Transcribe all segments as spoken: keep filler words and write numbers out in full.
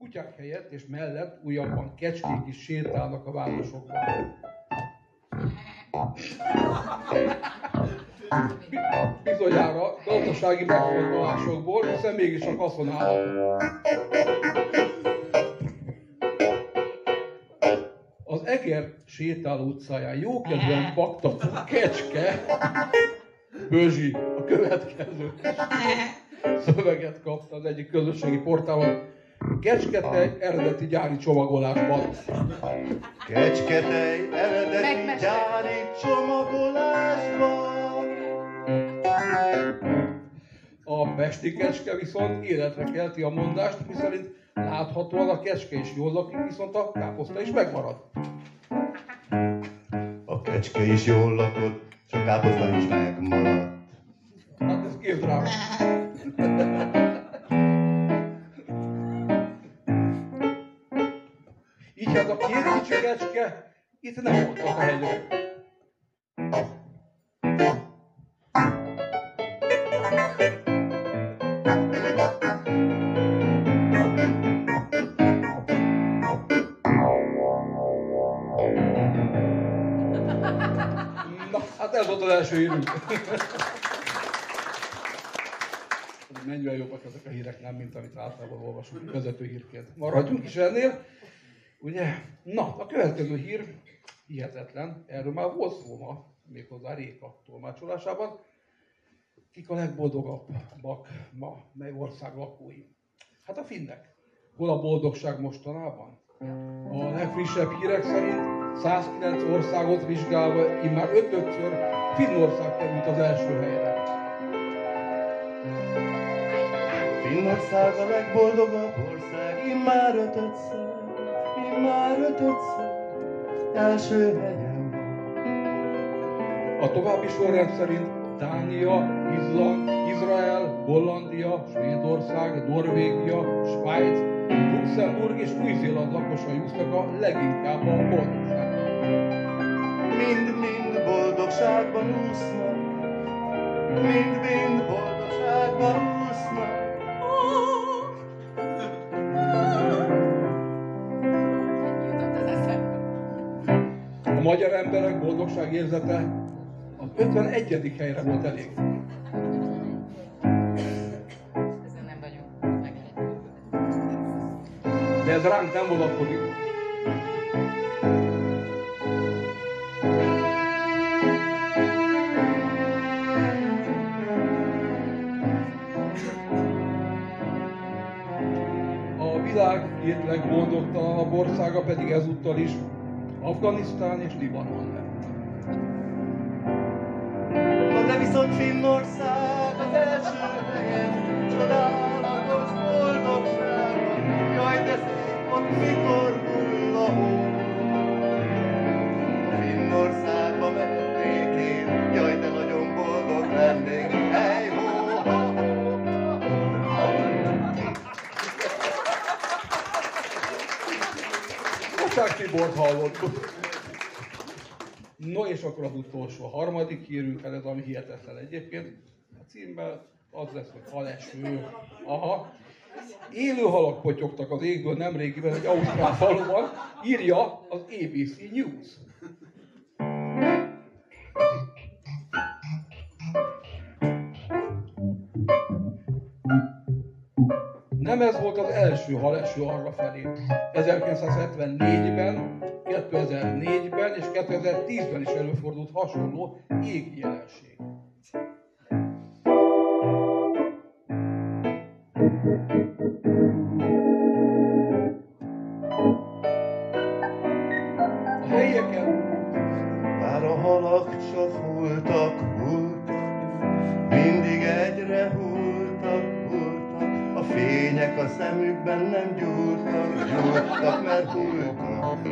Kutyák helyett és mellett újabban kecskék is sétálnak a városokban. Bizonyára gazdasági megfontolásokból, hiszen mégis a haszonállat. Az Eger sétáló utcáján jókedven baktató kecske, Bözsi, a következő szöveget kapta az egyik közösségi portálon. Kecsketej eredeti gyári csomagolásban. Kecsketej eredeti gyári csomagolásban. A pesti kecske viszont életre kelti a mondást, miszerint láthatóan a kecske is jól lakik, viszont a káposzta is megmarad. A kecske is jól lakott, csak káposzta is megmaradt. Hát ez képdráma. Így hát a két kicsi kecske itt nem voltak a hegyre. Na, hát ez volt az első hírünk. Mennyire jobbak ezek a hírek, nem, mint amit általában olvasunk vezető hírként. Maradjunk is ennél. Ugye? Na, a következő hír hihetetlen, erről már volt szó ma, méghozzá Réka tolmácsolásában. Kik a legboldogabbak ma, mely ország lakói? Hát a finnek. Hol a boldogság mostanában? A legfrissebb hírek szerint százkilenc országot vizsgálva immár ötödször Finnország került az első helyre. Finnország a legboldogabb ország, immár ötödször, immár ötödször, első helyen van. A további sorrend szerint Dánia, Izland, Izrael, Hollandia, Svédország, Norvégia, Svájc, Luxemburg és Új-Zéland lakosai úsznak a leginkább a boldogságban. Mind-mind boldogságban úsznak, mind-mind boldogságban úsznak. A magyar emberek boldogságérzete az ötvenegyedik helyre volt elég. Ezen nem vagyunk megelégedve. De ez ránk nem vonatkozik. A világ két legboldogtalanabb országa pedig ezúttal is Afganisztán és Libanon lett. De viszont Finnország az első helyen, csodálatos boldogságon. Jaj, de szép ott mikor hull a hó. A Finnországba mehetnék én, jaj, de nagyon boldog lennék. Hey, ho, ho, Bocsák Tibort hallottuk. No és akkor az utolsó, a harmadik hírünk, ez ami hihetetlen egyébként. A címben az lesz, hogy haleső. Aha. Élő halak potyogtak az égből nemrégiben egy ausztrál faluban, írja az á bé cé News. Nem ez volt az első haleső arrafelé. ezerkilencszázhetvennégyben, kétezer-négyben és kétezer-tízben is előfordult hasonló égi jelenség. A helyeken bár a halak csak hultak, hultak, mindig egyre hultak, hultak. A fények a szemükben nem gyúltak, gyúltak, mert hultak.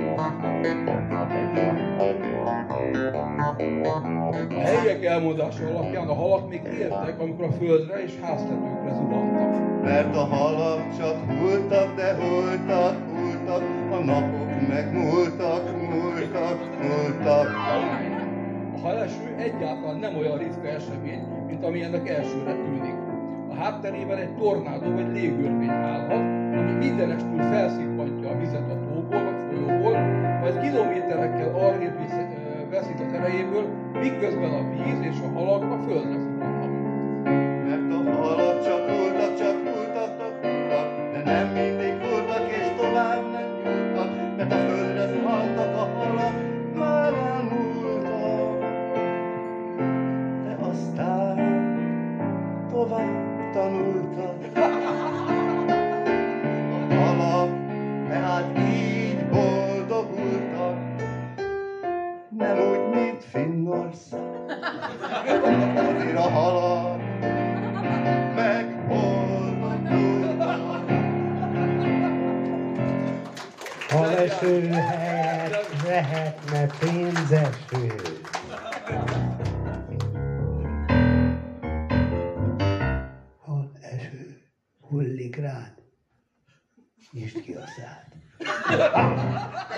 A helyiek elmondása alapján a halak még éltek, amikor a földre és háztetőkre zuhantak. Mert a halak csak hultak, de hultak, hultak, a napok megmúltak, múltak, múltak. A haleső egyáltalán nem olyan ritka esemény, mint ami ennek elsőre tűnik. A hátterében egy tornádó vagy légörvény állhat, ami mindenestül felszippantja a vizet a tóból vagy folyóból, majd kilométerekkel arrébb visz- ö, veszít az erejéből, miközben a víz és a halak a földre fulladnak. Mert a halak csapultak, csapultak, csapultak, de nem mindig fordultak és tovább nem jutnak, mert a földre zuhantak a halak, már elmúltak. De aztán tovább tanultak. A halak tehát így boldogultak, nem úgy, mint Finnország. Azért a halak megboldogultak. Haleső helyett lehetne pénzeső. Haleső hullik rád, nyisd ki a szád.